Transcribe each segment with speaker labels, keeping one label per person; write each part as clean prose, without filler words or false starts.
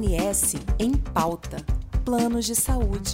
Speaker 1: ANS em pauta. Planos de saúde.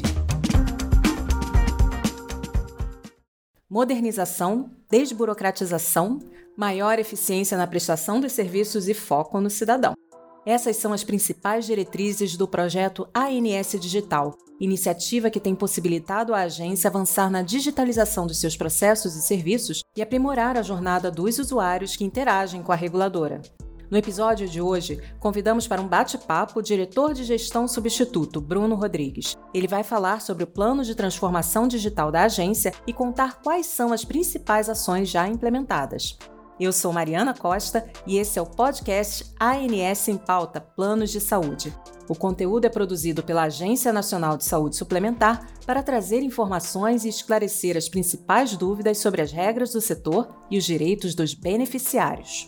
Speaker 1: Modernização, desburocratização, maior eficiência na prestação dos serviços e foco no cidadão. Essas são as principais diretrizes do projeto ANS Digital, iniciativa que tem possibilitado a agência avançar na digitalização dos seus processos e serviços e aprimorar a jornada dos usuários que interagem com a reguladora. No episódio de hoje, convidamos para um bate-papo o diretor de gestão substituto, Bruno Rodrigues. Ele vai falar sobre o plano de transformação digital da agência e contar quais são as principais ações já implementadas. Eu sou Mariana Costa e esse é o podcast ANS em Pauta, Planos de Saúde. O conteúdo é produzido pela Agência Nacional de Saúde Suplementar para trazer informações e esclarecer as principais dúvidas sobre as regras do setor e os direitos dos beneficiários.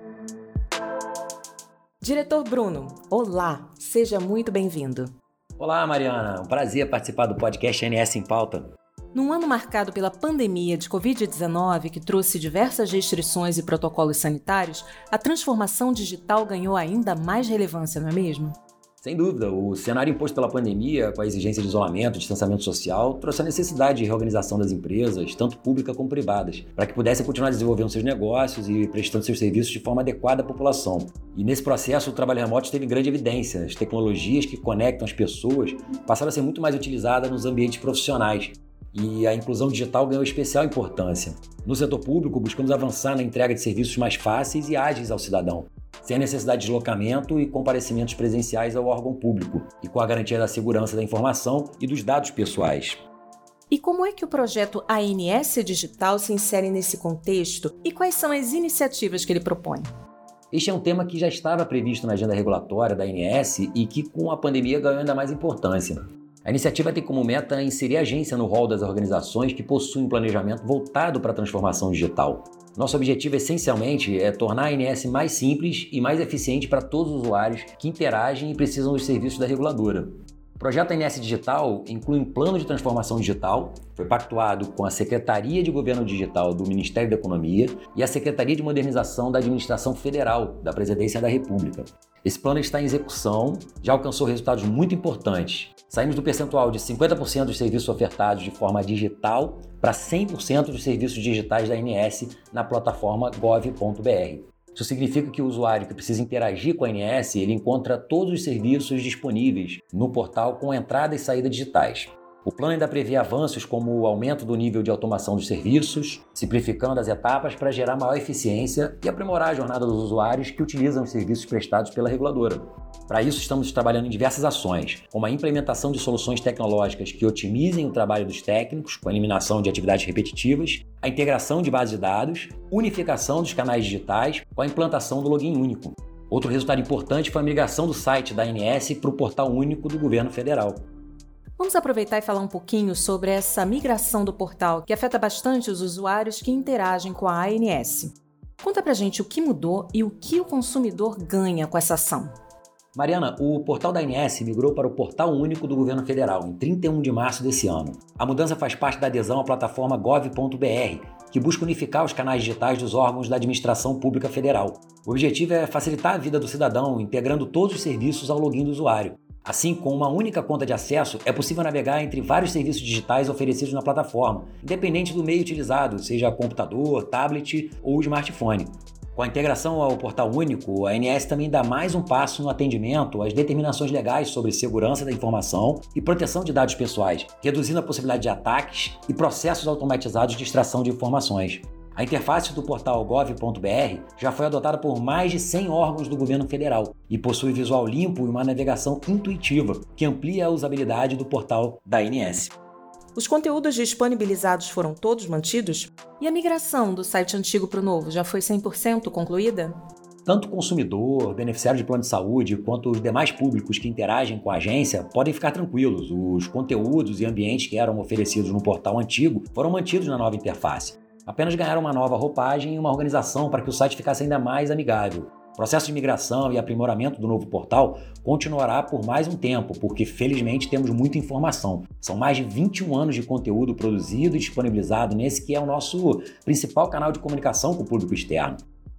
Speaker 1: Diretor Bruno, olá, seja muito bem-vindo.
Speaker 2: Olá, Mariana, um prazer participar do podcast ANS em Pauta.
Speaker 1: Num ano marcado pela pandemia de Covid-19, que trouxe diversas restrições e protocolos sanitários, a transformação digital ganhou ainda mais relevância, não é mesmo?
Speaker 2: Sem dúvida, o cenário imposto pela pandemia, com a exigência de isolamento e distanciamento social, trouxe a necessidade de reorganização das empresas, tanto públicas como privadas, para que pudessem continuar desenvolvendo seus negócios e prestando seus serviços de forma adequada à população. E nesse processo, o trabalho remoto teve grande evidência. As tecnologias que conectam as pessoas passaram a ser muito mais utilizadas nos ambientes profissionais. E a inclusão digital ganhou especial importância. No setor público, buscamos avançar na entrega de serviços mais fáceis e ágeis ao cidadão, sem a necessidade de deslocamento e comparecimentos presenciais ao órgão público, e com a garantia da segurança da informação e dos dados pessoais.
Speaker 1: E como é que o projeto ANS Digital se insere nesse contexto e quais são as iniciativas que ele propõe?
Speaker 2: Este é um tema que já estava previsto na agenda regulatória da ANS e que, com a pandemia, ganhou ainda mais importância. A iniciativa tem como meta inserir a agência no rol das organizações que possuem um planejamento voltado para a transformação digital. Nosso objetivo, essencialmente, é tornar a ANS mais simples e mais eficiente para todos os usuários que interagem e precisam dos serviços da reguladora. O projeto ANS Digital inclui um plano de transformação digital, foi pactuado com a Secretaria de Governo Digital do Ministério da Economia e a Secretaria de Modernização da Administração Federal da Presidência da República. Esse plano está em execução, já alcançou resultados muito importantes. Saímos do percentual de 50% dos serviços ofertados de forma digital para 100% dos serviços digitais da ANS na plataforma gov.br. Isso significa que o usuário que precisa interagir com a ANS, ele encontra todos os serviços disponíveis no portal com entrada e saída digitais. O plano ainda prevê avanços como o aumento do nível de automação dos serviços, simplificando as etapas para gerar maior eficiência e aprimorar a jornada dos usuários que utilizam os serviços prestados pela reguladora. Para isso, estamos trabalhando em diversas ações, como a implementação de soluções tecnológicas que otimizem o trabalho dos técnicos, com a eliminação de atividades repetitivas, a integração de bases de dados, unificação dos canais digitais, com a implantação do login único. Outro resultado importante foi a migração do site da ANS para o portal único do governo federal.
Speaker 1: Vamos aproveitar e falar um pouquinho sobre essa migração do portal, que afeta bastante os usuários que interagem com a ANS. Conta pra gente o que mudou e o que o consumidor ganha com essa ação.
Speaker 2: Mariana, o portal da ANS migrou para o portal único do governo federal em 31 de março desse ano. A mudança faz parte da adesão à plataforma gov.br, que busca unificar os canais digitais dos órgãos da administração pública federal. O objetivo é facilitar a vida do cidadão, integrando todos os serviços ao login do usuário. Assim, com uma única conta de acesso, é possível navegar entre vários serviços digitais oferecidos na plataforma, independente do meio utilizado, seja computador, tablet ou smartphone. Com a integração ao portal único, a ANS também dá mais um passo no atendimento às determinações legais sobre segurança da informação e proteção de dados pessoais, reduzindo a possibilidade de ataques e processos automatizados de extração de informações. A interface do portal gov.br já foi adotada por mais de 100 órgãos do governo federal e possui visual limpo e uma navegação intuitiva, que amplia a usabilidade do portal da ANS.
Speaker 1: Os conteúdos disponibilizados foram todos mantidos? E a migração do site antigo para o novo já foi 100% concluída?
Speaker 2: Tanto o consumidor, beneficiário de plano de saúde, quanto os demais públicos que interagem com a agência podem ficar tranquilos. Os conteúdos e ambientes que eram oferecidos no portal antigo foram mantidos na nova interface. Apenas ganharam uma nova roupagem e uma organização para que o site ficasse ainda mais amigável. O processo de migração e aprimoramento do novo portal continuará por mais um tempo, porque felizmente temos muita informação. São mais de 21 anos de conteúdo produzido e disponibilizado nesse que é o nosso principal canal de comunicação com o público externo.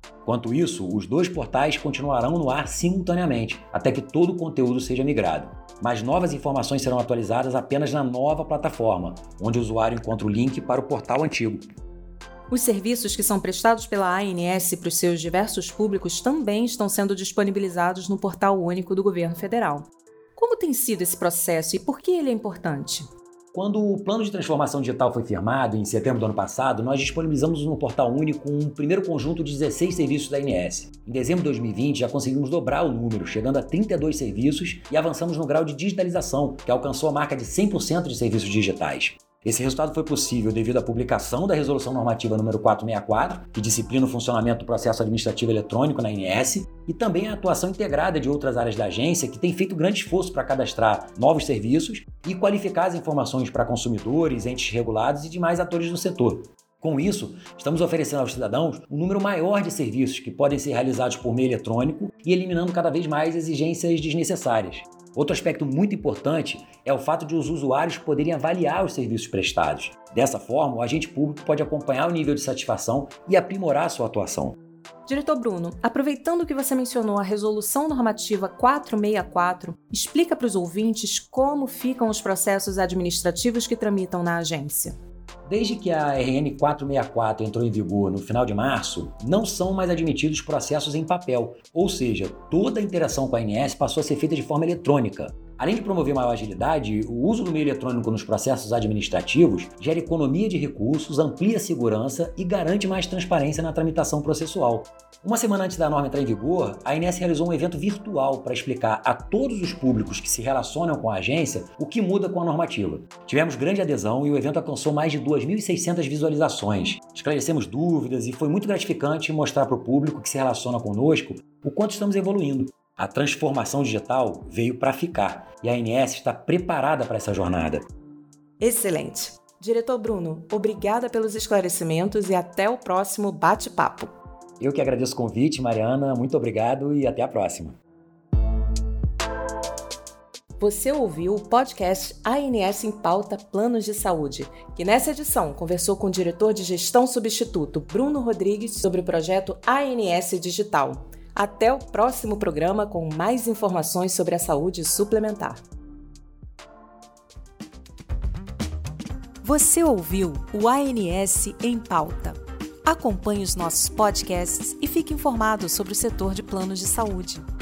Speaker 2: Enquanto isso, os 2 portais continuarão no ar simultaneamente, até que todo o conteúdo seja migrado. Mas novas informações serão atualizadas apenas na nova plataforma, onde o usuário encontra o link para o portal antigo.
Speaker 1: Os serviços que são prestados pela ANS para os seus diversos públicos também estão sendo disponibilizados no Portal Único do Governo Federal. Como tem sido esse processo e por que ele é importante?
Speaker 2: Quando o plano de transformação digital foi firmado, em setembro do ano passado, nós disponibilizamos no Portal Único um primeiro conjunto de 16 serviços da ANS. Em dezembro de 2020, já conseguimos dobrar o número, chegando a 32 serviços e avançamos no grau de digitalização, que alcançou a marca de 100% de serviços digitais. Esse resultado foi possível devido à publicação da Resolução Normativa número 464, que disciplina o funcionamento do processo administrativo eletrônico na ANS, e também a atuação integrada de outras áreas da agência, que tem feito grande esforço para cadastrar novos serviços e qualificar as informações para consumidores, entes regulados e demais atores do setor. Com isso, estamos oferecendo aos cidadãos um número maior de serviços que podem ser realizados por meio eletrônico e eliminando cada vez mais exigências desnecessárias. Outro aspecto muito importante é o fato de os usuários poderem avaliar os serviços prestados. Dessa forma, o agente público pode acompanhar o nível de satisfação e aprimorar sua atuação.
Speaker 1: Diretor Bruno, aproveitando que você mencionou a Resolução Normativa 464, explica para os ouvintes como ficam os processos administrativos que tramitam na agência.
Speaker 2: Desde que a RN 464 entrou em vigor no final de março, não são mais admitidos processos em papel, ou seja, toda a interação com a ANS passou a ser feita de forma eletrônica. Além de promover maior agilidade, o uso do meio eletrônico nos processos administrativos gera economia de recursos, amplia a segurança e garante mais transparência na tramitação processual. Uma semana antes da norma entrar em vigor, a ANS realizou um evento virtual para explicar a todos os públicos que se relacionam com a agência o que muda com a normativa. Tivemos grande adesão e o evento alcançou mais de 2.600 visualizações. Esclarecemos dúvidas e foi muito gratificante mostrar para o público que se relaciona conosco o quanto estamos evoluindo. A transformação digital veio para ficar e a ANS está preparada para essa jornada.
Speaker 1: Excelente! Diretor Bruno, obrigada pelos esclarecimentos e até o próximo bate-papo.
Speaker 2: Eu que agradeço o convite, Mariana, muito obrigado e até a próxima.
Speaker 1: Você ouviu o podcast ANS em Pauta Planos de Saúde, que nessa edição conversou com o diretor de gestão substituto Bruno Rodrigues sobre o projeto ANS Digital. Até o próximo programa com mais informações sobre a saúde suplementar. Você ouviu o ANS em Pauta. Acompanhe os nossos podcasts e fique informado sobre o setor de planos de saúde.